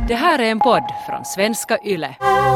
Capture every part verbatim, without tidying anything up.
Det här är en podd från Svenska Yle.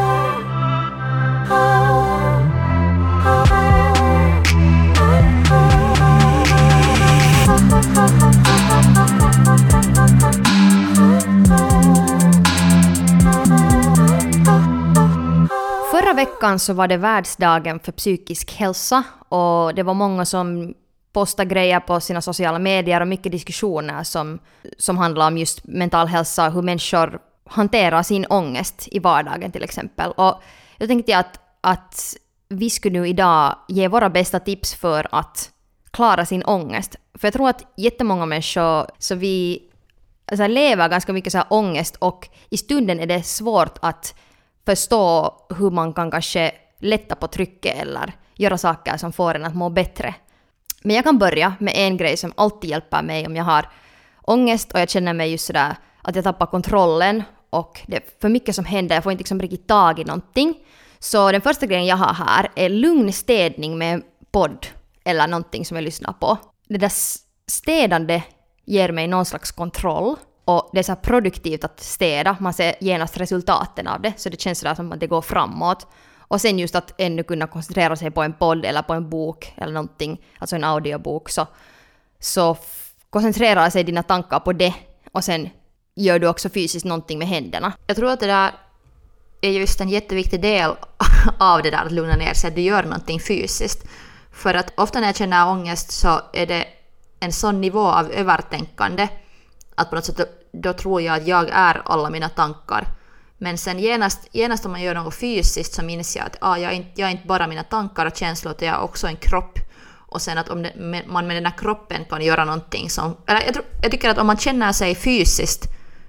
Förra veckan så var det världsdagen för psykisk hälsa och det var många som postade grejer på sina sociala medier och mycket diskussioner som, som handlar om just mental hälsa och hur människor hanterar sin ångest i vardagen till exempel. Och jag tänkte att, att vi skulle nu idag ge våra bästa tips för att klara sin ångest. För jag tror att jättemånga människor så vi alltså, lever ganska mycket så här ångest och i stunden är det svårt att förstå hur man kan kanske lätta på trycket eller göra saker som får en att må bättre. Men jag kan börja med en grej som alltid hjälper mig om jag har ångest och jag känner mig just sådär att jag tappar kontrollen och det är för mycket som händer, jag får inte liksom riktigt tag i någonting. Så den första grejen jag har här är lugn städning med en podd eller någonting som jag lyssnar på. Det där städande ger mig någon slags kontroll. Och det är så här produktivt att städa. Man ser genast resultaten av det. Så det känns sådär som att det går framåt. Och sen just att ännu kunna koncentrera sig på en podd eller på en bok eller någonting. Alltså en audiobok. Så, så f- koncentrera sig dina tankar på det. Och sen gör du också fysiskt någonting med händerna. Jag tror att det där är just en jätteviktig del av det där att lugna ner sig. Att du gör någonting fysiskt. För att ofta när jag känner ångest så är det en sån nivå av övertänkande. Att på något sätt då, då tror jag att jag är alla mina tankar. Men sen genast, genast om man gör något fysiskt så minns jag att ah, jag, är inte, jag är inte bara mina tankar och känslor, utan jag är också en kropp. Och sen att om det, man med den här kroppen kan göra någonting som... Eller jag, tror, jag tycker att om man känner sig fysiskt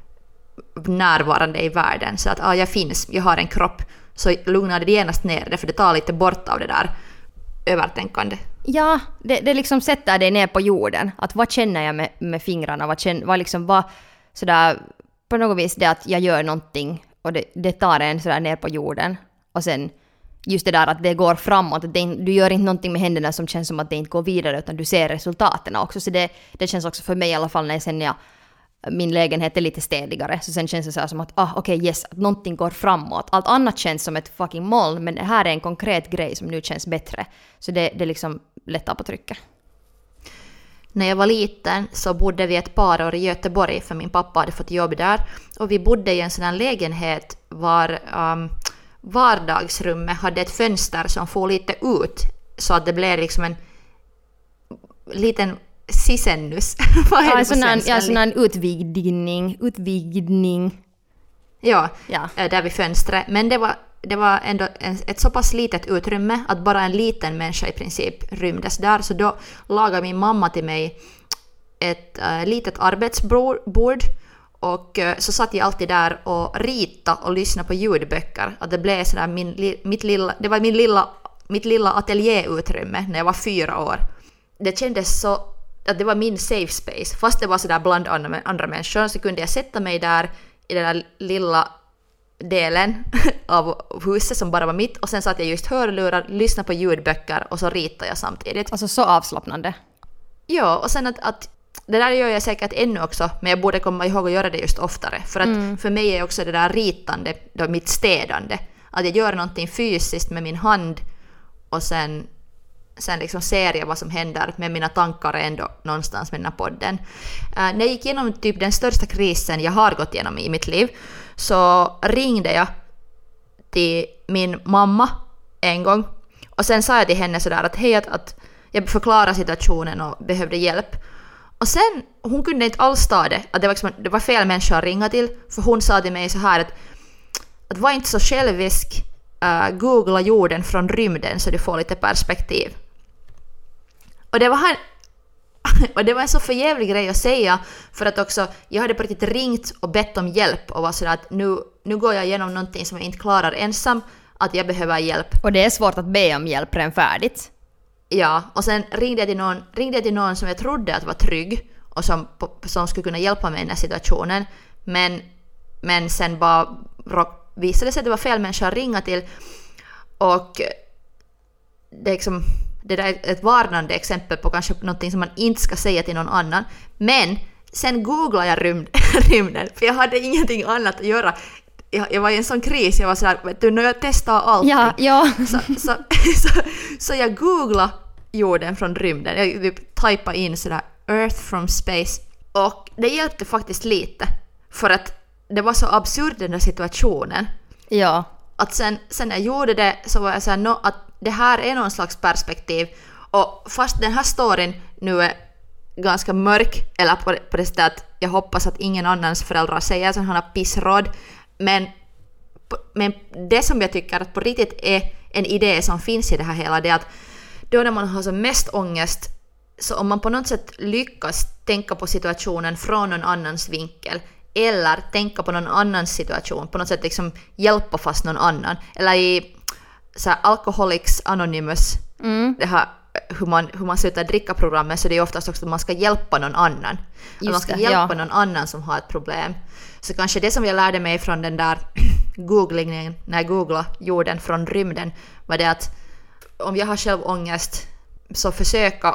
närvarande i världen, så att ah, jag finns, jag har en kropp, så lugnar det genast ner det, för det tar lite bort av det där övertänkande. Ja, det, det liksom sätter dig ner på jorden. Att vad känner jag med, med fingrarna? Vad, känner, vad liksom, vad, sådär, på något vis det att jag gör någonting och det, det tar en sådär ner på jorden. Och sen just det där att det går framåt. Att det, du gör inte någonting med händerna som känns som att det inte går vidare, utan du ser resultaten också. Så det, det känns också för mig i alla fall när jag sen jag min lägenhet är lite städigare. Så sen känns det så här som att ah, okej, okay, yes, att någonting går framåt. Allt annat känns som ett fucking moln, men det här är en konkret grej som nu känns bättre. Så det, det liksom lättar på trycket. När jag var liten så bodde vi ett par år i Göteborg, för min pappa hade fått jobb där. Och vi bodde i en sån här lägenhet var um, vardagsrummet hade ett fönster som får lite ut. Så att det blev liksom en liten sisennus. Ja, en sån här, ja, sån här utvidgning. Utvidgning. Ja, ja, där vid fönstret. Men det var, det var ändå en, ett så pass litet utrymme att bara en liten människa i princip rymdes där. Så då lagade min mamma till mig ett äh, litet arbetsbord. Och äh, så satt jag alltid där och rita och lyssna på ljudböcker. Att det blev sådär min, mitt lilla, det var min lilla, mitt lilla ateljéutrymme när jag var fyra år. Det kändes så att det var min safe space. Fast det var sådär bland andra, andra människor, så kunde jag sätta mig där i den där lilla delen av huset som bara var mitt. Och sen satt jag just hörlurar, lyssnade på ljudböcker och så ritade jag samtidigt. Alltså så avslappnande. Ja, och sen att, att det där gör jag säkert ännu också, men jag borde komma ihåg att göra det just oftare. För att mm. för mig är också det där ritande då mitt städande. Att jag gör någonting fysiskt med min hand och sen... Sen liksom ser jag vad som händer, med mina tankar ändå någonstans med den här podden. Uh, när jag gick igenom typ den största krisen jag har gått igenom i mitt liv, så ringde jag till min mamma en gång. Och sen sa jag till henne sådär att hej, att, att jag förklarade situationen och behövde hjälp. Och sen, hon kunde inte alls ta det. Att det, var liksom, det var fel människa att ringa till. För hon sa till mig så här att, att var inte så självisk. Uh, googla jorden från rymden så du får lite perspektiv. Och det var här, och det var en så förjävlig grej att säga, för att också jag hade på riktigt ringt och bett om hjälp och var sådär att nu, nu går jag igenom någonting som jag inte klarar ensam, att jag behöver hjälp. Och det är svårt att be om hjälp redan färdigt. Ja, och sen ringde jag till någon, ringde jag till någon som jag trodde att var trygg och som, som skulle kunna hjälpa mig i den här situationen. Men, men sen bara visade det sig att det var fel människa att ringa till. Och det är liksom... Det där är ett varnande exempel på kanske någonting som man inte ska säga till någon annan. Men sen googlade jag rymd, rymden, för jag hade ingenting annat att göra. Jag, jag var i en sån kris, jag var sådär, vet du, när jag testade allt. Ja, ja. Så, så, så, så jag googlade jorden från rymden. Jag typ typade in sådär Earth from space. Och det hjälpte faktiskt lite. För att det var så absurd den där situationen. Ja. Att sen, sen när jag gjorde det så var jag såhär, no, att det här är någon slags perspektiv. Och fast den här storyn nu är ganska mörk, eller på, på det sättet att jag hoppas att ingen annans föräldrar säger sådana här pissråd. Men, men det som jag tycker att på riktigt är en idé som finns i det här hela, det är att då när man har som mest ångest, så om man på något sätt lyckas tänka på situationen från någon annans vinkel, eller tänka på någon annans situation, på något sätt liksom hjälpa fast någon annan, eller i så här, Alcoholics Anonymous, mm. det här hur man, hur man slutar dricka programmet, så det är oftast också att man ska hjälpa någon annan. Att man ska det, hjälpa ja. någon annan som har ett problem. Så kanske det som jag lärde mig från den där googlingen, när jag googlade jorden från rymden, var det att om jag har själv ångest, så försöka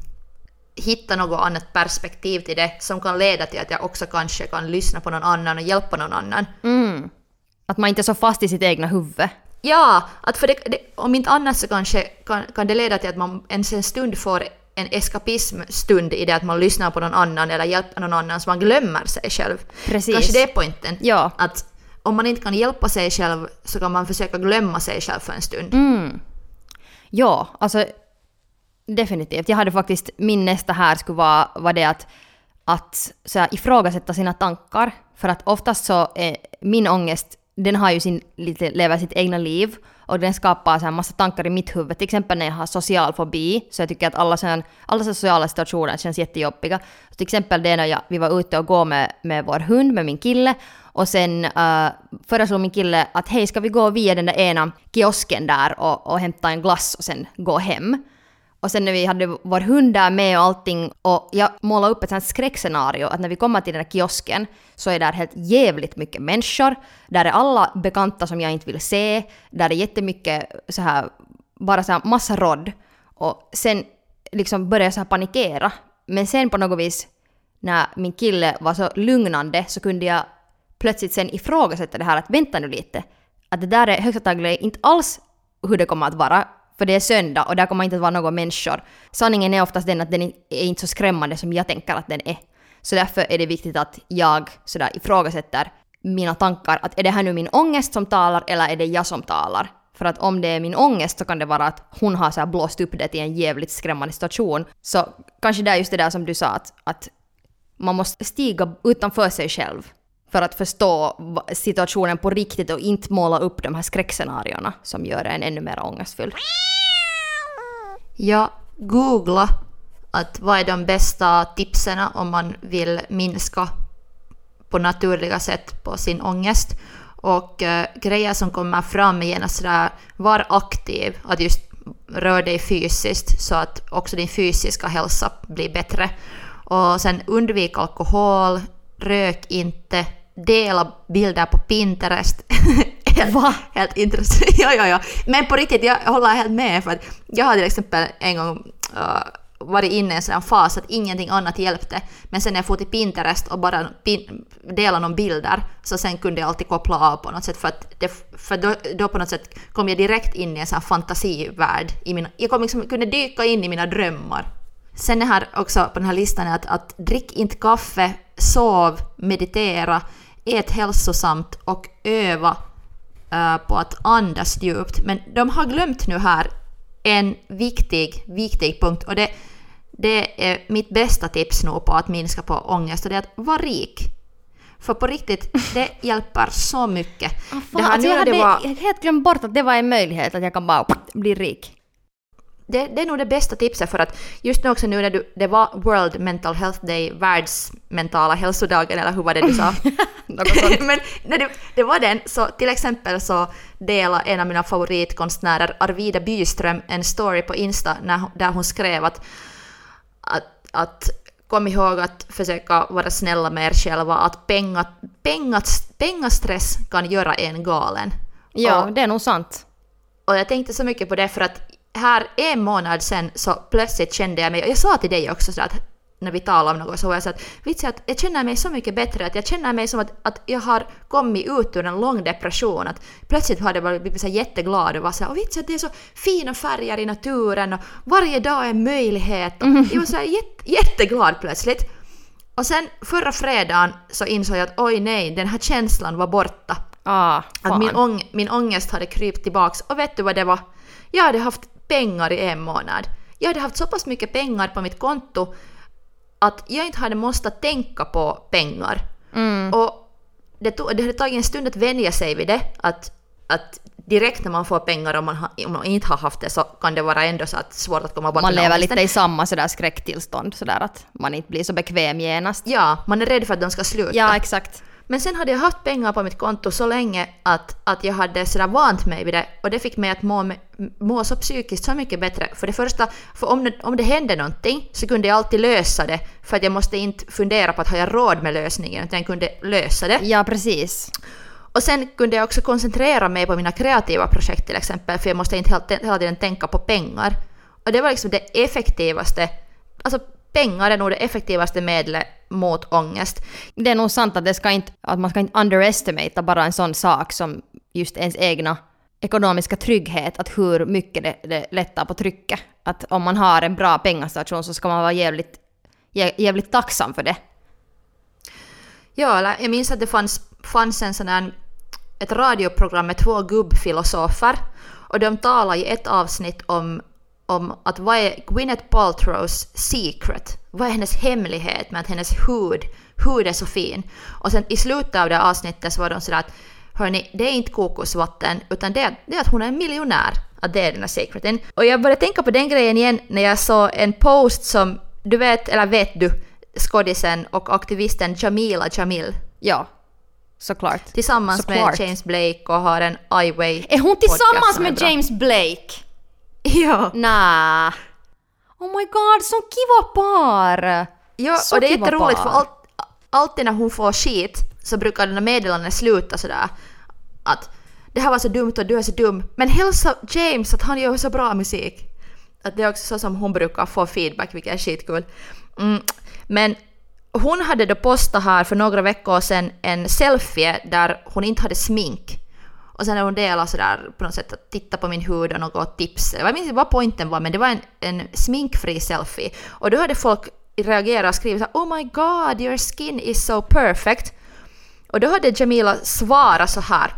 hitta något annat perspektiv till det som kan leda till att jag också kanske kan lyssna på någon annan och hjälpa någon annan. Mm. Att man inte är så fast i sitt egna huvud. Ja, att för det, det, om inte annat så kanske kan, kan det leda till att man en, en stund får en eskapismstund i det att man lyssnar på någon annan eller hjälper någon annan, så man glömmer sig själv. Precis. Kanske det är poängen. Ja. Att om man inte kan hjälpa sig själv så kan man försöka glömma sig själv för en stund. Mm. Ja, alltså definitivt. Jag hade faktiskt, min nästa här skulle vara, var det att, att så här, ifrågasätta sina tankar. För att oftast så är min ångest, den har ju sin, lite, lever sitt egna liv, och den skapar så här massa tankar i mitt huvud. Till exempel när jag har social fobi, så jag tycker att alla, sån, alla sociala situationer känns jättejobbiga. Så till exempel det när jag, vi var ute och gå med, med vår hund, med min kille, och sen uh, föreslog min kille att hej, ska vi gå via den där ena kiosken där och, och hämta en glass och sen gå hem. Och sen när vi hade vår hund där med och allting, och jag målade upp ett sånt skräckscenario att när vi kommer till den här kiosken så är där helt jävligt mycket människor. Där är alla bekanta som jag inte vill se. Där är jättemycket så här, bara så här massa råd. Och sen liksom började jag så här panikera. Men sen på något vis, när min kille var så lugnande, så kunde jag plötsligt sen ifrågasätta det här att vänta nu lite. Att det där är högst antagligen inte alls hur det kommer att vara. För det är söndag och där kommer inte att vara några människor. Sanningen är oftast den att den är inte så skrämmande som jag tänker att den är. Så därför är det viktigt att jag sådär ifrågasätter mina tankar. Att är det här nu min ångest som talar eller är det jag som talar? För att om det är min ångest så kan det vara att hon har så här blåst upp det till en jävligt skrämmande situation. Så kanske det är just det där som du sa, att, att man måste stiga utanför sig själv för att förstå situationen på riktigt och inte måla upp de här skräckscenarierna som gör en ännu mer ångestfylld. Ja, googla att vad är de bästa tipsen om man vill minska på naturliga sätt på sin ångest. Och äh, grejer som kommer fram igen, sådär, var aktiv, att just rör dig fysiskt så att också din fysiska hälsa blir bättre. Och sen undvik alkohol, rök inte, dela bilder på Pinterest. helt, Va? helt intressant. ja, ja, ja. Men på riktigt, jag håller helt med, för att jag har till exempel en gång uh, varit inne i en sån fas att ingenting annat hjälpte. Men sen när jag får till Pinterest och bara pin- dela någon bilder, så sen kunde jag alltid koppla av på något sätt, för att det, för då, då på något sätt kom jag direkt in i en sån här fantasivärld. I mina, jag kom liksom, kunde dyka in i mina drömmar. Sen är här också på den här listan att, att drick inte kaffe, sov, meditera, ät hälsosamt och öva uh, på att andas djupt. Men de har glömt nu här en viktig, viktig punkt, och det, det är mitt bästa tips nu på att minska på ångest, och det är att vara rik. För på riktigt, det hjälper så mycket. Ah, det här, alltså jag hade det var... helt glömt bort att det var en möjlighet att jag kan bara bli rik. Det, det är nog det bästa tipset, för att just nu också nu när du, det var World Mental Health Day, världsmentala hälsodagen, eller hur var det du sa? Men när det, det var den, så till exempel så delade en av mina favoritkonstnärer, Arvida Byström, en story på Insta när, där hon skrev att, att, att kom ihåg att försöka vara snälla med er själva, att penga, penga, pengastress kan göra en galen. Ja, och, det är nog sant. Och jag tänkte så mycket på det, för att här en månad sen så plötsligt kände jag mig, och jag sa till dig också så att när vi talar om något så var jag så att, vitsi, att jag känner mig så mycket bättre, att jag känner mig som att, att jag har kommit ut ur en lång depression, att plötsligt hade jag blivit så jätteglad och var så här, och vitsi, att det är så fina färger i naturen och varje dag är en möjlighet och mm. jag var så här jätte, jätteglad plötsligt. Och sen förra fredagen så insåg jag att oj nej, den här känslan var borta. Ah, att min, ång, min ångest hade krypt tillbaks och vet du vad det var? Jag hade haft pengar i en månad. Jag hade haft så pass mycket pengar på mitt konto att jag inte hade måste tänka på pengar. Mm. Och det, tog, det hade tagit en stund att vänja sig vid det. Att, att direkt när man får pengar om man, ha, om man inte har haft det så kan det vara ändå så att svårt att komma bort. Man lever lite i samma sådär skräcktillstånd sådär att man inte blir så bekväm genast. Ja, man är rädd för att de ska sluta. Ja, exakt. Men sen hade jag haft pengar på mitt konto så länge att, att jag hade sådär vant mig vid det. Och det fick mig att må, må så psykiskt så mycket bättre. För det första, för om det, om det hände någonting så kunde jag alltid lösa det. För att jag måste inte fundera på att har jag råd med lösningen. Utan jag kunde lösa det. Ja, precis. Och sen kunde jag också koncentrera mig på mina kreativa projekt till exempel. För jag måste inte hela tiden tänka på pengar. Och det var liksom det effektivaste. Alltså pengar är nog det effektivaste medlet mot ångest. Det är nog sant att, det ska inte, att man ska inte underestimata bara en sån sak som just ens egna ekonomiska trygghet, att hur mycket det, det lättar på trycket. Att om man har en bra pengastation så ska man vara jävligt, jävligt tacksam för det. Ja, jag minns att det fanns, fanns en sån här, ett radioprogram med två gubbfilosofer och de talade i ett avsnitt om om att vad är Gwyneth Paltrows secret? Vad är hennes hemlighet med att hennes hud, hud är så fin? Och sen i slutet av det avsnittet så var de sådär att hörni, det är inte kokosvatten utan det är, det är att hon är en miljonär. Att det är den här secreten. Och jag började tänka på den grejen igen när jag såg en post som, du vet, eller vet du, skådisen och aktivisten Jamila Jamil. Ja, såklart. Tillsammans såklart. med James Blake och har en iWay. Är hon tillsammans med James Blake? Ja. Nah. Oh my god, så kiva par. Ja, så och det är kiva jätteroligt par. för allt, alltid när hon får skit så brukar den här meddelanden sluta sådär att det här var så dumt och du är så dum. Men hälsa James att han gör så bra musik. Att det är också så som hon brukar få feedback, vilket är skitkul. Mm. Men hon hade då postat här för några veckor sedan en selfie där hon inte hade smink. Och sen är hon delade sådär på något sätt att titta på min hud och något tips. Jag minns inte vad poängen var, men det var en, en sminkfri selfie. Och då hade folk reagerat och skrivit så här, oh my god, your skin is so perfect. Och då hade Jamila svarat så här.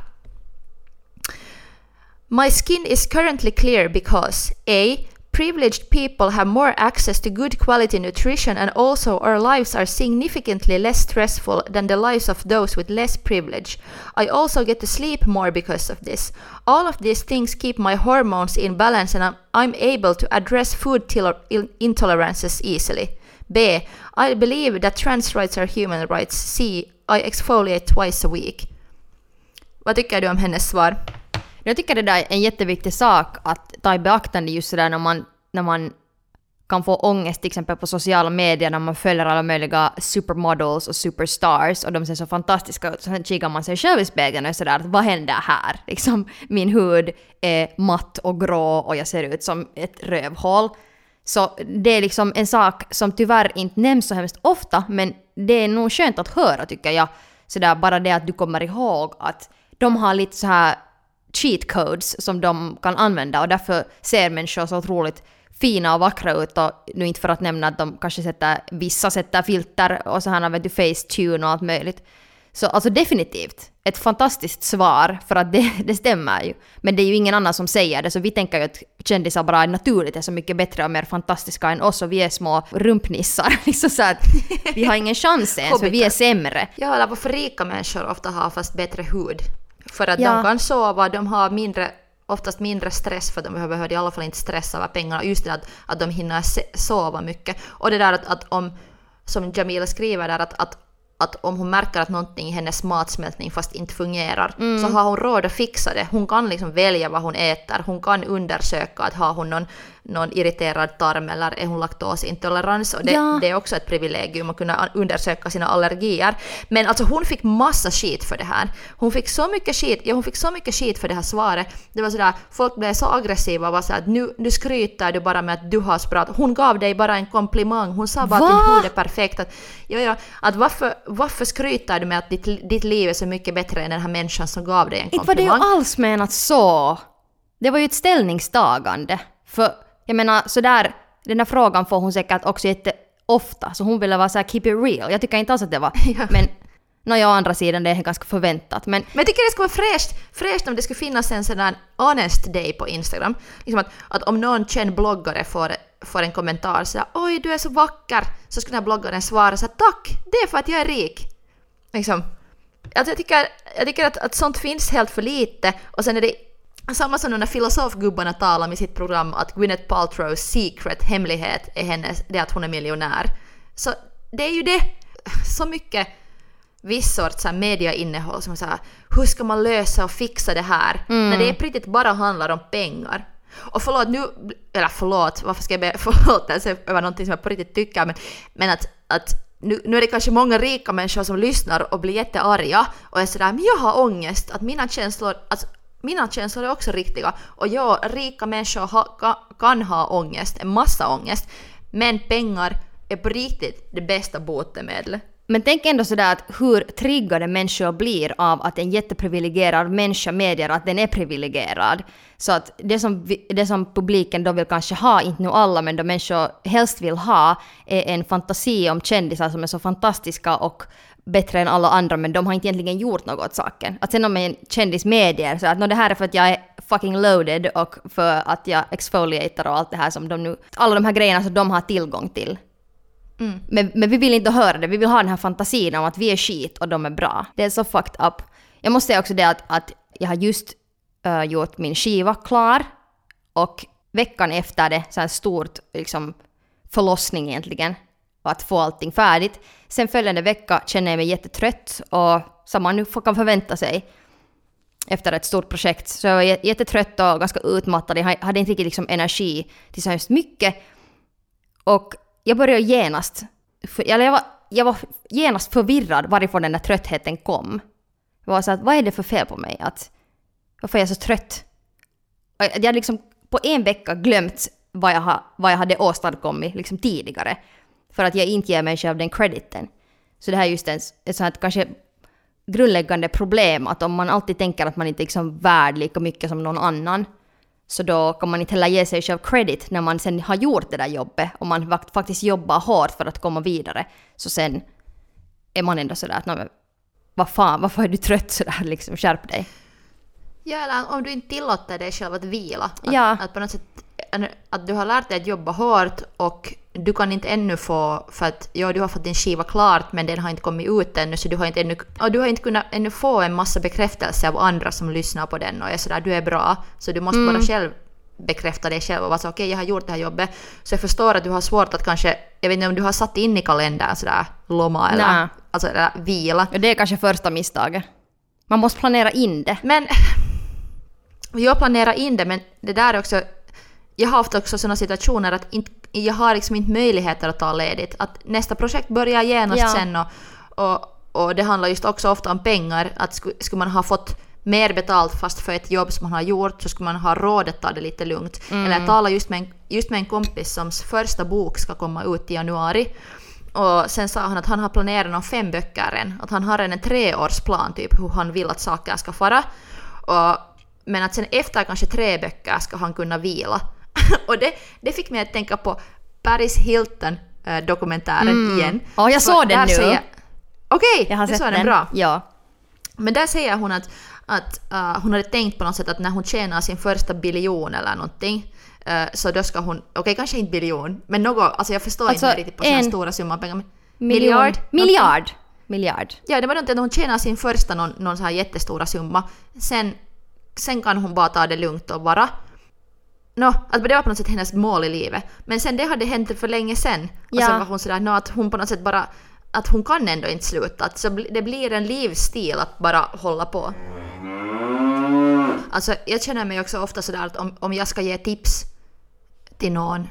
My skin is currently clear because A. Privileged people have more access to good quality nutrition and also our lives are significantly less stressful than the lives of those with less privilege. I also get to sleep more because of this. All of these things keep my hormones in balance and I'm able to address food intolerances easily. B. I believe that trans rights are human rights. C. I exfoliate twice a week. Vad tycker du om hennes svar? Jag tycker det där är en jätteviktig sak att ta i beaktande just sådär när man, när man kan få ångest till exempel på sociala medier när man följer alla möjliga supermodels och superstars och de ser så fantastiska ut. Sen kikar man sig själv i spegeln och är sådär att vad händer här? Liksom, min hud är matt och grå och jag ser ut som ett rövhål. Så det är liksom en sak som tyvärr inte nämns så hemskt ofta, men det är nog skönt att höra tycker jag. Sådär bara det att du kommer ihåg att de har lite så här cheat codes som de kan använda och därför ser människor så otroligt fina och vackra ut och nu inte för att nämna att de kanske sätter, vissa sätter filter och så här vet du Facetune och allt möjligt. Så alltså definitivt ett fantastiskt svar för att det, det stämmer ju. Men det är ju ingen annan som säger det så vi tänker ju att kändisar bara är naturligt är så mycket bättre och mer fantastiska än oss och vi är små rumpnissar. Liksom så att vi har ingen chans ens för vi är sämre. Ja, eller varför rika människor ofta har fast bättre hud. För att ja. de kan sova, de har mindre, oftast mindre stress för de behöver i alla fall inte stressa över pengarna. Just det att, att de hinner sova mycket. Och det där att, att om, som Jamila skriver där, att, att, att om hon märker att någonting i hennes matsmältning fast inte fungerar mm. så har hon råd att fixa det. Hon kan liksom välja vad hon äter. Hon kan undersöka att har hon någon någon irriterad tarm eller är hon laktosintolerans, och det, Ja. det är också ett privilegium att kunna undersöka sina allergier. Men alltså hon fick massa skit för det här. Hon fick så mycket skit, ja hon fick så mycket skit för det här svaret. Det var sådär, folk blev så aggressiva och var såhär att nu, nu skryter du bara med att du har så bra. Hon gav dig bara en komplimang, hon sa bara Va? att din hud är perfekt. Att, ja, ja, att varför, varför skryter du med att ditt, ditt liv är så mycket bättre än den här människan som gav dig en Inte var det ju komplimang? alls menat så. Det var ju ett ställningstagande. För jag menar, så där, den här frågan får hon säkert också jätteofta. Så hon ville vara så här keep it real. Jag tycker inte alls att det var. Ja. Men no, ja, å andra sidan, det är ganska förväntat. Men Men jag tycker det skulle vara fräscht, fräscht om det skulle finnas en sån där honest day på Instagram. Liksom att, att om någon känd bloggare får, får en kommentar så där, oj du är så vacker, så skulle den här bloggaren svara så här, tack, det är för att jag är rik. Liksom. Alltså jag tycker, jag tycker att, att sånt finns helt för lite, och sen är det samma som när filosofgubbarna talar om i sitt program att Gwyneth Paltrows secret, hemlighet är hennes, det är att hon är miljonär. Så det är ju det, så mycket viss sorts så här mediainnehåll som så här, hur ska man lösa och fixa det här? Mm. När det är riktigt bara handlar om pengar. Och förlåt nu, eller förlåt, varför ska jag be förlåtelse över någonting som jag på riktigt tycker, men, men att, att nu, nu är det kanske många rika människor som lyssnar och blir jättearga och är sådär, men jag har ångest, att mina känslor, alltså, mina känslor är också riktiga, och jag, rika människor ha, kan, kan ha ångest, en massa ångest, men pengar är på riktigt det bästa botemedlet. Men tänk ändå sådär att hur triggade människor blir av att en jätteprivilegierad människa medger att den är privilegierad. Så att det som, vi, det som publiken då vill kanske ha, inte nu alla, men de människor helst vill ha, är en fantasi om kändisar som är så fantastiska och bättre än alla andra, men de har inte egentligen gjort något åt saken. Att sen om en kändis medger så att no, det här är för att jag är fucking loaded och för att jag exfoliatar och allt det här som de nu, alla de här grejerna som de har tillgång till. Mm. Men, men vi vill inte höra det. Vi vill ha den här fantasin om att vi är skit och de är bra. Det är så fucked up. Jag måste säga också det att, att jag har just uh, gjort min skiva klar. Och veckan efter det, så här stort liksom, förlossning egentligen. Och att få allting färdigt. Sen följande vecka känner jag mig jättetrött. Och som man nu kan förvänta sig efter ett stort projekt. Så jag var jättetrött och ganska utmattad. Jag hade inte riktigt liksom, energi till så hemskt mycket. Och jag började genast, för, eller jag, var, jag var genast förvirrad varifrån den där tröttheten kom. Jag var så att, vad är det för fel på mig? Att, varför är jag så trött? Och jag hade liksom på en vecka glömt vad jag, ha, vad jag hade åstadkommit liksom tidigare. För att jag inte ger mig själv den crediten. Så det här är just en, ett sånt här kanske grundläggande problem. Att om man alltid tänker att man inte är liksom värd lika mycket som någon annan, så då kan man inte heller ge sig själv credit när man sen har gjort det där jobbet. Och man faktiskt jobbar hårt för att komma vidare. Så sen är man ändå sådär att, men, vad fan, varför är du trött sådär? Liksom, skärp dig. Ja, eller om du inte tillåter dig själv att vila. Att, ja. att på något sätt, att du har lärt dig att jobba hårt och du kan inte ännu få, för att ja, du har fått din skiva klart men den har inte kommit ut ännu, så du har inte ännu, och du har inte kunnat ännu få en massa bekräftelse av andra som lyssnar på den och är sådär, du är bra, så du måste mm. bara själv bekräfta dig själv och vara så okej, okay, jag har gjort det här jobbet, så jag förstår att du har svårt att kanske, jag vet inte om du har satt in i kalendern sådär lomma eller, Nä. alltså, eller vila. Ja, det är kanske första misstaget. Man måste planera in det. Men jag planerar in det, men det där är också, jag har haft också sådana situationer att inte, jag har liksom inte möjligheter att ta ledigt. Att nästa projekt börjar genast ja. sen och, och, och det handlar just också ofta om pengar. Att skulle, skulle man ha fått mer betalt fast för ett jobb som man har gjort, så skulle man ha råd att ta det lite lugnt. Mm. Eller jag talar just med, en, just med en kompis som första bok ska komma ut i januari. Och sen sa han att han har planerat någon fem böcker än. Att han har en treårsplan typ hur han vill att saker ska fara. Och, men att sen efter kanske tre böcker ska han kunna vila. Och det, det fick mig att tänka på Paris Hilton-dokumentären mm. igen. Ja, jag såg den nu. Okej, okay, du såg den bra. Ja. Men där säger hon att, att uh, hon hade tänkt på något sätt att när hon tjänar sin första biljon eller någonting, uh, så då ska hon, okej okay, kanske inte biljon, men något, alltså jag förstår alltså inte riktigt på sådana stora summan pengar. Miljard? Miljard. Miljard. Ja, det var något att hon tjänar sin första någon, någon så här jättestora summa. Sen, sen kan hon bara ta det lugnt och vara. No, att det var på något sätt hennes mål i livet. Men sen det hade hänt för länge sen. Och ja. sen var hon sådär, no, att hon på något sätt bara, att hon kan ändå inte sluta. Att så det blir en livsstil att bara hålla på. Alltså jag känner mig också ofta sådär att om, om jag ska ge tips till någon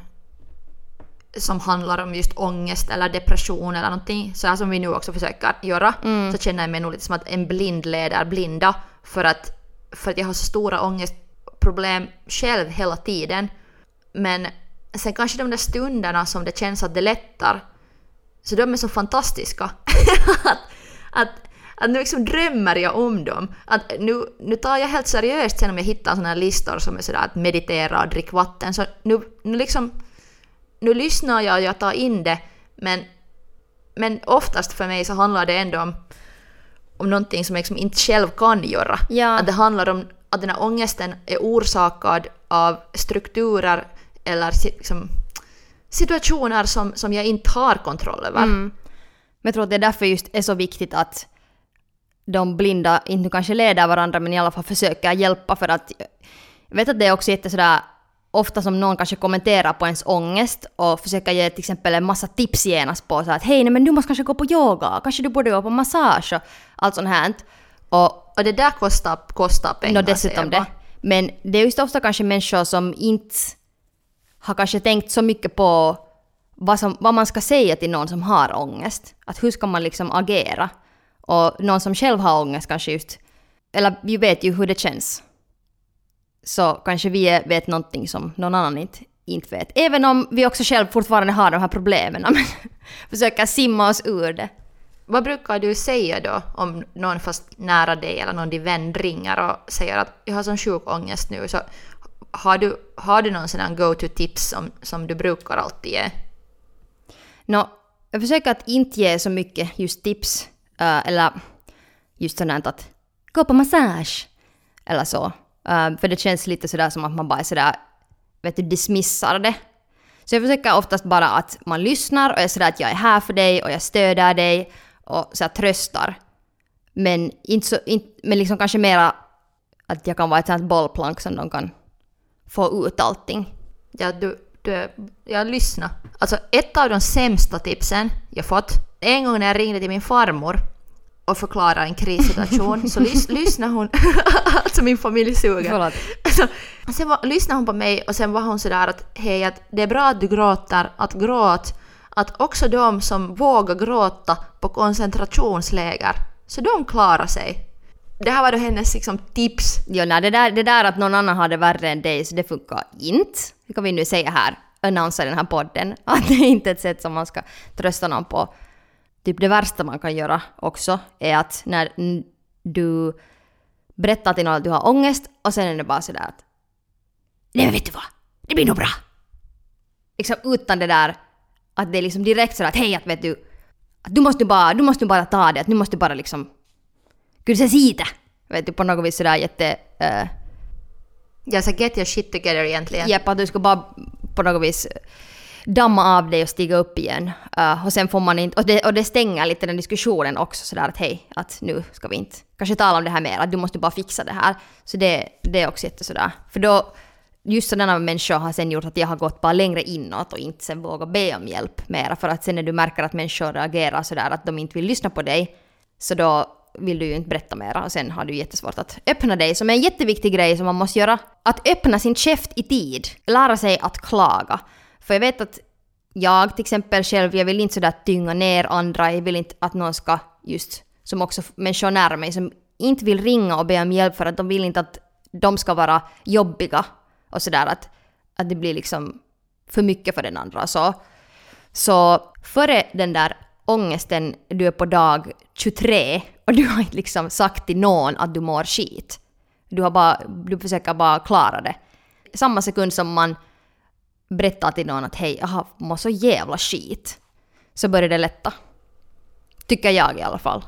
som handlar om just ångest eller depression eller någonting, så här som vi nu också försöker göra, mm. så känner jag mig nog lite som att en blind leder blinda, för att, för att jag har så stora ångestproblem själv hela tiden. Men sen kanske de där stunderna som det känns att det lättar, så de är så fantastiska att, att, att nu liksom drömmer jag om dem. Att nu, nu tar jag helt seriöst sen om jag hittar såna här listor som är sådär att meditera och drick vatten, så nu, nu liksom Nu lyssnar jag och jag tar in det, men, men oftast för mig så handlar det ändå om, om någonting som jag liksom inte själv kan göra. Ja. Att det handlar om att den här ångesten är orsakad av strukturer eller liksom, situationer som, som jag inte har kontroll över. Mm. Men jag tror att det är därför just är så viktigt att de blinda inte kanske leder varandra, men i alla fall försöker hjälpa, för att jag vet att det är också jätte sådär ofta som någon kanske kommenterar på ens ångest och försöker ge till exempel en massa tips genast på så att hej, nej, men du måste kanske gå på yoga, kanske du borde gå på massage och allt sånt här. Och, och det där kostar, kostar pengar. No, dessutom det. Men det är just ofta kanske människor som inte har kanske tänkt så mycket på vad, som, vad man ska säga till någon som har ångest. Att hur ska man liksom agera? Och någon som själv har ångest kanske just, eller vi vet ju hur det känns. Så kanske vi vet någonting som någon annan inte, inte vet. Även om vi också själv fortfarande har de här problemen. Men försöka simma oss ur det. Vad brukar du säga då om någon fast nära dig eller någon din vän ringer och säger att jag har sån sjuk ångest nu? Så har du, har du någon sån här go-to-tips som, som du brukar alltid ge? No, jag försöker att inte ge så mycket just tips. Uh, eller just sådant att gå på massage. Eller så. Uh, för det känns lite sådär som att man bara är sådär, vet du, dismissar det. Så jag försöker oftast bara att man lyssnar och är sådär att jag är här för dig och jag stöder dig och så här tröstar. Men, inte så, inte, men liksom kanske mera att jag kan vara ett sånt bollplank som de kan få ut allting. Ja, du, du, jag lyssnar. Alltså ett av de sämsta tipsen jag fått, en gång när jag ringde till min farmor och förklara en krissituation, så lys- lyssnade hon, alltså min familj suger. Alltså, sen var, lyssnade hon på mig och sen var hon sådär att hej, att det är bra att du gråter, att gråt, att också de som vågar gråta på koncentrationsläger, så de klarar sig. Det här var då hennes liksom, tips. Jo, nej, det, där, det där att någon annan har det värre än dig, så det funkar inte. Det kan vi nu säga här, annonsa den här podden, att det är inte ett sätt som man ska trösta någon på. Typ det värsta man kan göra också är att när du berättar till någon att du har ångest och sen är det bara sådär att nej, men vet du vad, det blir nog bra. Liksom utan det där att det är liksom direkt sådär att hej, att vet du att du måste bara, du måste bara ta det, att nu måste du bara liksom gud se siitä. Vet du, på något vis sådär jätte uh, ja, så get your shit together egentligen. Japp, att du ska bara på något vis damma av dig och stiga upp igen. Uh, och sen får man inte, och det, och det stänger lite den diskussionen också sådär att hej, att nu ska vi inte kanske tala om det här mer, att du måste bara fixa det här. Så det, det är också jätte sådär. För då, just sådana människor har sen gjort att jag har gått bara längre inåt och inte sen vågar be om hjälp mera. För att sen när du märker att människor reagerar sådär att de inte vill lyssna på dig, så då vill du ju inte berätta mera och sen har du jättesvårt att öppna dig, som är en jätteviktig grej som man måste göra. Att öppna sin käft i tid, lära sig att klaga. För jag vet att jag till exempel själv, jag vill inte sådär tynga ner andra, jag vill inte att någon ska just, som också människor nära mig, som inte vill ringa och be om hjälp för att de vill inte att de ska vara jobbiga och sådär, att, att det blir liksom för mycket för den andra. Så, så före den där ångesten, du är på dag tjugotre och du har inte liksom sagt till någon att du mår skit. Du, har bara, du försöker bara klara det. Samma sekund som man berättar till någon att hej, jag har mår så jävla skit, så börjar det lätta. Tycker jag i alla fall.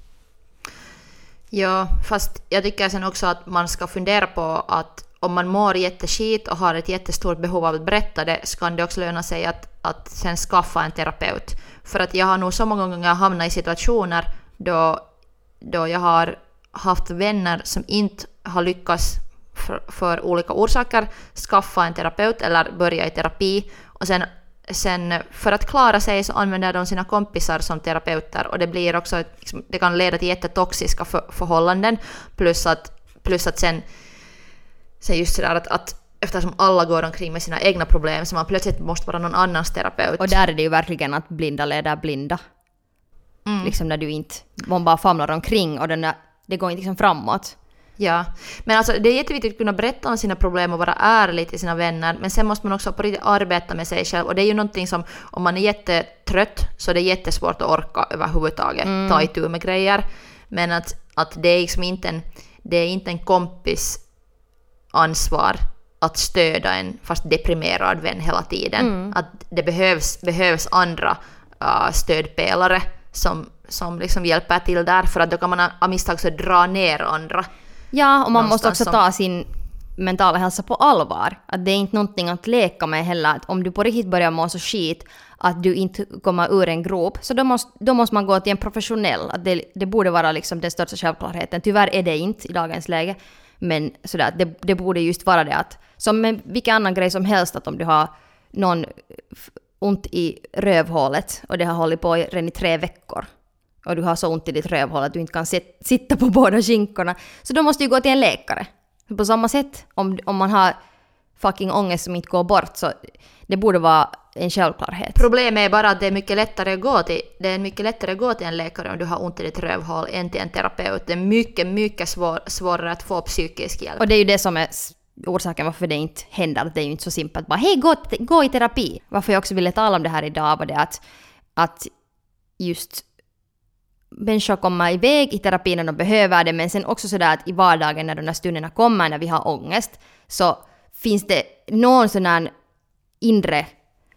Ja, fast jag tycker sen också att man ska fundera på att om man mår jätteskit och har ett jättestort behov av att berätta det, så kan det också löna sig att, att sen skaffa en terapeut. För att jag har nog så många gånger hamnat i situationer då, då jag har haft vänner som inte har lyckats för, för olika orsaker skaffa en terapeut eller börja i terapi, och sen, sen för att klara sig så använder de sina kompisar som terapeuter, och det blir också liksom, det kan leda till jättetoxiska för, förhållanden, plus att, plus att sen, sen just sådär att, att eftersom alla går omkring med sina egna problem så man plötsligt måste vara någon annans terapeut. Och där är det ju verkligen att blinda leder blinda. Mm. Liksom när du inte, man bara famlar omkring och den där, det går inte liksom framåt. Ja, men alltså det är jätteviktigt att kunna berätta om sina problem och vara ärlig till sina vänner, men sen måste man också på riktigt arbeta med sig själv, och det är ju någonting som om man är jättetrött så är det jättesvårt att orka överhuvudtaget mm. ta itu med grejer, men att, att det är liksom inte en, det är inte en kompis ansvar att stödja en fast deprimerad vän hela tiden. Mm. Att det behövs, behövs andra uh, stödpelare som, som liksom hjälper till där, för att då kan man av misstag så dra ner andra. Ja, och man måste också som... ta sin mentala hälsa på allvar. Att det är inte någonting att leka med heller. Att om du på riktigt börjar må så skit att du inte kommer ur en grop, så då måste, då måste man gå till en professionell. Att det, det borde vara liksom den största självklarheten. Tyvärr är det inte i dagens läge. Men sådär, det, det borde just vara det att, som med vilken annan grej som helst, att om du har någon ont i rövhålet och det har hållit på redan i tre veckor och du har så ont i ditt rövhål att du inte kan sit, sitta på båda skinkorna, så då måste du gå till en läkare. På samma sätt, om, om man har fucking ångest som inte går bort, så det borde vara en självklarhet. Problemet är bara att det är mycket lättare att gå till, det är mycket lättare att gå till en läkare om du har ont i ditt rövhål än till en terapeut. Det är mycket, mycket svår, svårare att få psykisk hjälp. Och det är ju det som är orsaken varför det inte händer. Det är ju inte så simpelt bara hej, gå, gå i terapi. Varför jag också ville tala om det här idag var det att, att just människor kommer iväg i terapi när de behöver det, men sen också sådär att i vardagen när de där stunderna kommer när vi har ångest, så finns det någon sån här inre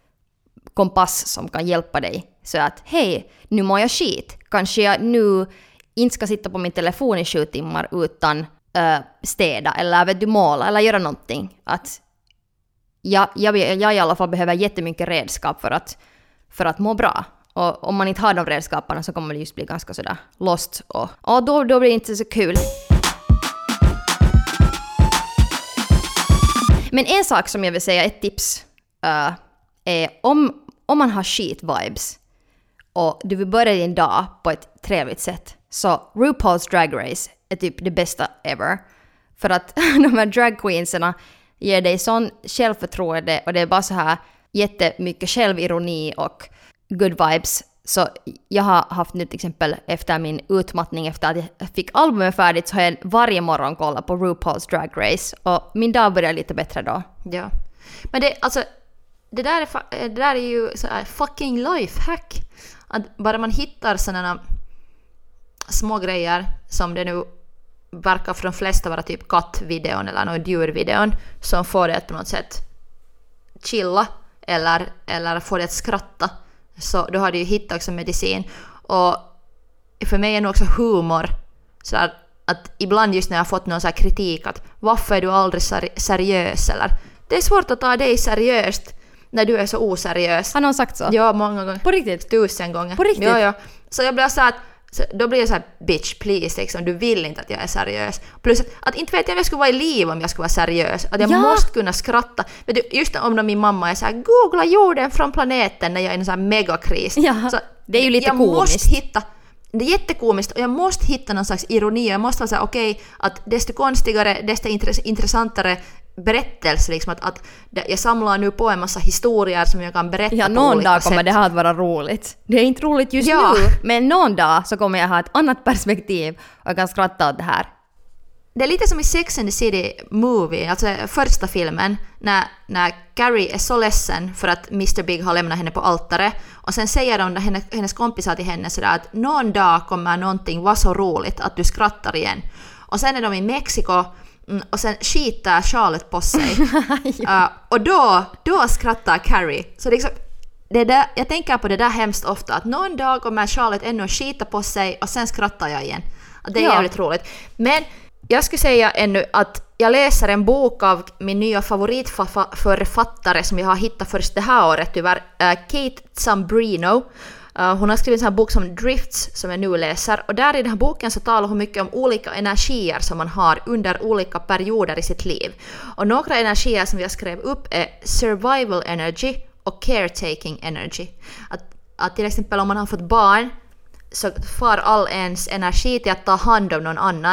kompass som kan hjälpa dig. Så att hej, nu mår jag skit. Kanske jag nu inte ska sitta på min telefon i sju timmar utan uh, städa eller vet du, måla eller göra någonting. Att jag, jag, jag i alla fall behöver jättemycket redskap för att, för att må bra. Och om man inte har de redskaparna så kommer det just bli ganska sådär lost. Och, och då, då blir det inte så kul. Men en sak som jag vill säga, ett tips, uh, är om, om man har shit-vibes och du vill börja din dag på ett trevligt sätt, så RuPaul's Drag Race är typ det bästa ever. För att de här dragqueenserna ger dig sån självförtroende och det är bara så här jättemycket självironi och good vibes. Så jag har haft nu till exempel efter min utmattning efter att jag fick albumet färdigt, så har jag varje morgon kollat på RuPaul's Drag Race och min dag börjar lite bättre då. Ja, men det, alltså, det, där, är, det där är ju så här fucking lifehack. Att bara man hittar sådana små grejer som det nu verkar för de flesta vara typ kattvideon eller någon djurvideon som får det att på något sätt chilla eller, eller får det att skratta. Så då har du ju hittat också medicin. Och för mig är nog också humor så att, att ibland just när jag har fått någon så här kritik att varför är du aldrig seriös, eller det är svårt att ta dig seriöst när du är så oseriös. Har någon sagt så? Ja, många gånger. På riktigt? Tusen gånger. På riktigt? Ja, ja. Så jag blir så att så då blir jag så här, bitch please, liksom, du vill inte att jag är seriös. Plus att, att inte vet jag om jag skulle vara i liv om jag skulle vara seriös. Att jag ja. måste kunna skratta. Men du, just om min mamma är så här, googla jorden från planeten när jag är i en sån här megakris. Ja, så det är ju lite jag komiskt. Måste hitta, det är jättekomiskt och jag måste hitta någon slags ironi. Jag måste vara så här, okej, okay, att desto konstigare, desto intressantare berättelse, liksom att, att jag samlar nu på en massa historier som jag kan berätta ja, på någon olika dag kommer sätt. Det här att vara roligt. Det är inte roligt just ja. nu, men någon dag så kommer jag ha ett annat perspektiv och jag kan skratta åt det här. Det är lite som i Sex and the City movie, alltså första filmen, när, när Carrie är så ledsen för att mister Big har lämnat henne på altaret, och sen säger de, hennes, hennes kompisar till henne sådär att någon dag kommer någonting vara så roligt att du skrattar igen. Och sen är de i Mexiko och sen skitar Charlotte på sig. ja. uh, och då, då skrattar Carrie. Så liksom, det där, jag tänker på det där hemskt ofta, att någon dag kommer Charlotte ännu skita på sig och sen skrattar jag igen. Att det är ja. jävligt roligt. Men jag skulle säga ännu att jag läser en bok av min nya favoritförfattare som jag har hittat först det här året tyvärr, uh, Kate Zambrino. Uh, hon har skrivit en sån här bok som Drifts som jag nu läser, och där i den här boken så talar hon mycket om olika energier som man har under olika perioder i sitt liv. Och några energier som jag skrev upp är survival energy och caretaking energy. Att, att till exempel om man har fått barn så far all ens energi till att ta hand om någon annan,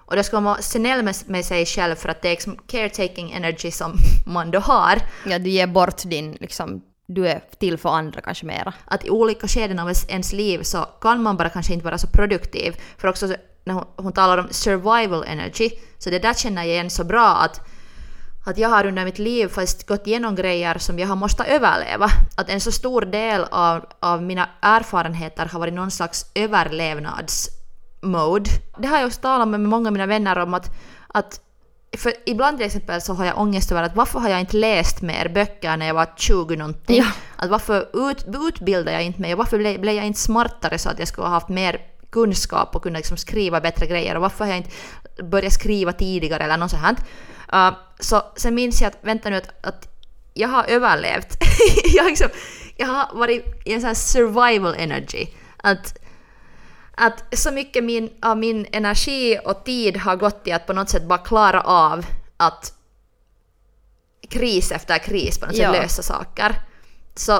Och då ska man vara snäll med, med sig själv för att det är liksom caretaking energy som man då har. Ja, du ger bort din, liksom, du är till för andra kanske mera. Att i olika skeden av ens liv så kan man bara kanske inte vara så produktiv. För också när hon, hon talar om survival energy, så det där känner jag igen så bra att att jag har under mitt liv faktiskt gått igenom grejer som jag har måste överleva. Att en så stor del av, av mina erfarenheter har varit någon slags överlevnadsmode. Det har jag också talat med många av mina vänner om att, att för ibland till exempel så har jag ångest över att varför har jag inte läst mer böcker när jag var tjugo någonting? Ja. Att varför ut, utbildar jag inte mig och varför blev, blev jag inte smartare så att jag skulle ha haft mer kunskap och kunna liksom skriva bättre grejer och varför har jag inte börjat skriva tidigare eller något sånt här. Uh, så sen minns jag att, vänta nu, att, att jag har överlevt. jag, liksom, jag har varit i en sån här survival energy. Att, att så mycket min, av min energi och tid har gått i att på något sätt bara klara av att kris efter kris på något ja. sätt lösa saker. Så,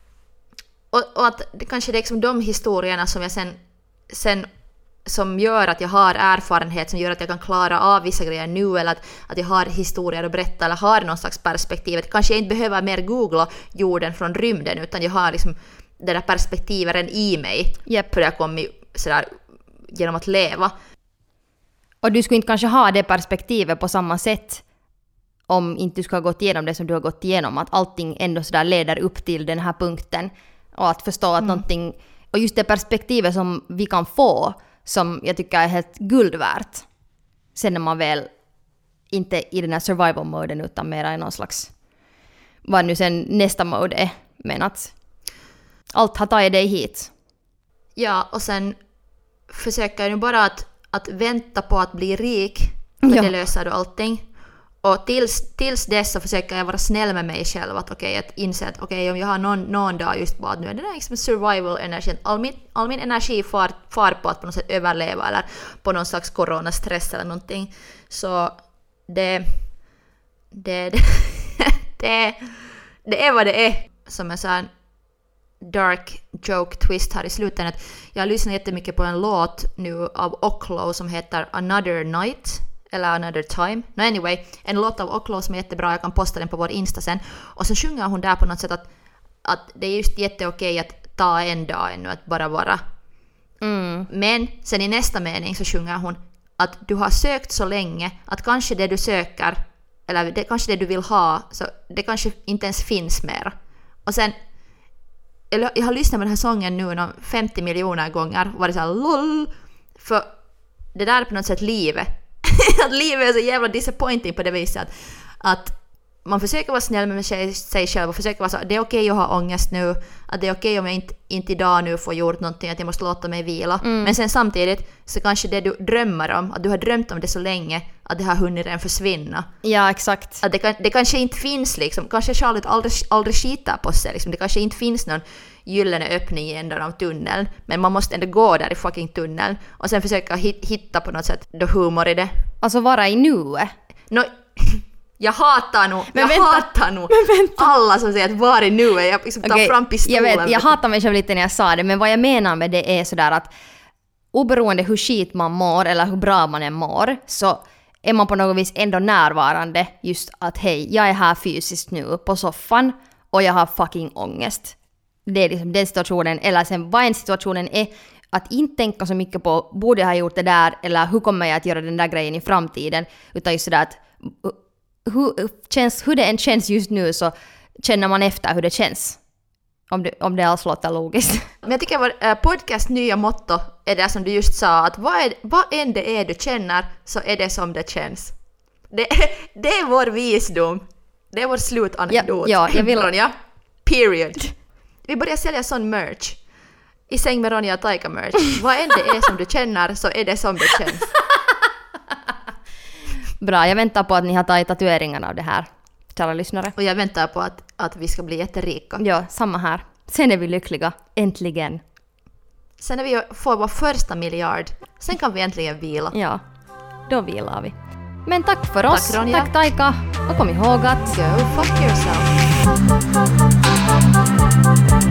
och, och att det, kanske det är liksom de historierna som jag sen, sen som gör att jag har erfarenhet, som gör att jag kan klara av vissa grejer nu, eller att, att jag har historier att berätta eller har någon slags perspektiv. Att kanske jag inte behöver mer googla jorden från rymden, utan jag har liksom det där perspektivet i mig. Yep. För det har kommit sådär genom att leva. Och du skulle inte kanske ha det perspektivet på samma sätt om inte du ska ha gått igenom det som du har gått igenom. Att allting ändå sådär leder upp till den här punkten. Och att förstå att mm. någonting, och just det perspektivet som vi kan få, som jag tycker är helt guld värt. Sen när man väl inte i den här survival-moden utan mer i någon slags, vad nu sen nästa mode är. Men att allt har tagit dig hit. Ja, och sen försöker jag nu bara att, att vänta på att bli rik. För ja. det löser du allting. Och tills, tills dess så försöker jag vara snäll med mig själv. Att okej, okay, att inse att okej, okay, om jag har någon, någon dag just bara att nu är det där liksom survival energy. All min, all min energi far, far på att på något sätt överleva eller på någon slags coronastress eller någonting. Så det, det, det, det, det är vad det är. Som en sån dark joke twist här i slutet. Jag har lyssnat jättemycket på en låt nu av Oklo som heter Another Night. Eller Another Time. No anyway, en låt av Oklo som är jättebra. Jag kan posta den på vår Insta sen. Och så sjunger hon där på något sätt att, att det är just jätteokej att ta en dag ännu, att bara vara. Mm. Men sen i nästa mening så sjunger hon att du har sökt så länge att kanske det du söker, eller det, kanske det du vill ha, så det kanske inte ens finns mer. Och sen, eller jag har lyssnat på den här sången nu någon femtio miljoner gånger och varit så här lol. För det där är på något sätt livet. Att livet är så jävla disappointing på det viset att, att man försöker vara snäll med sig, sig själv och försöker vara så, det är okej att ha ångest nu, att det är okej om jag inte, inte idag nu får gjort någonting, att jag måste låta mig vila. Mm. Men sen samtidigt så kanske det du drömmer om, att du har drömt om det så länge att det har hunnit redan försvinna. Ja, exakt. Att det, kan, det kanske inte finns liksom, kanske Charlotte aldrig, aldrig skitar på sig liksom. Det kanske inte finns någon gyllene öppning i änden av tunneln, men man måste ändå gå där i fucking tunneln och sen försöka hitta på något sätt då humor i det. Alltså vara i nuet. No, jag hatar nog, jag vänta, hatar nog alla som säger att var i nu är jag liksom tar okay, fram pistolen. Jag vet, jag hatar mig själv lite när jag sa det, men vad jag menar med det är sådär att oberoende hur skit man mår eller hur bra man än mår, så är man på något vis ändå närvarande just att hej, jag är här fysiskt nu på soffan och jag har fucking ångest. Det är liksom den situationen, eller sen vad en situationen är, att inte tänka så mycket på borde jag ha gjort det där eller hur kommer jag att göra den där grejen i framtiden, utan just sådär att hur, känns, hur det än känns just nu så känner man efter hur det känns. Om det, om det alls låter logiskt. Men jag tycker att vår podcast nya motto är det som du just sa, att vad, är, vad än det är du känner så är det som det känns. Det, det är vår visdom. Det är vår slutanekdot. Ja, ja, jag vill... Ronja. Period. Vi börjar sälja sån merch. I säng med Ronja och Taika merch. Vad än det är som du känner så är det som det känns. Bra, jag väntar på att ni har tagit tatueringarna av det här, kära lyssnare. Och jag väntar på att, att vi ska bli jätterika. Ja, samma här. Sen är vi lyckliga. Äntligen. Sen när vi får vår första miljard, sen kan vi äntligen vila. Ja, då vilar vi. Men tack för oss. Tack, Ronja. Tack Taika. Och kom ihåg att... Go fuck yourself.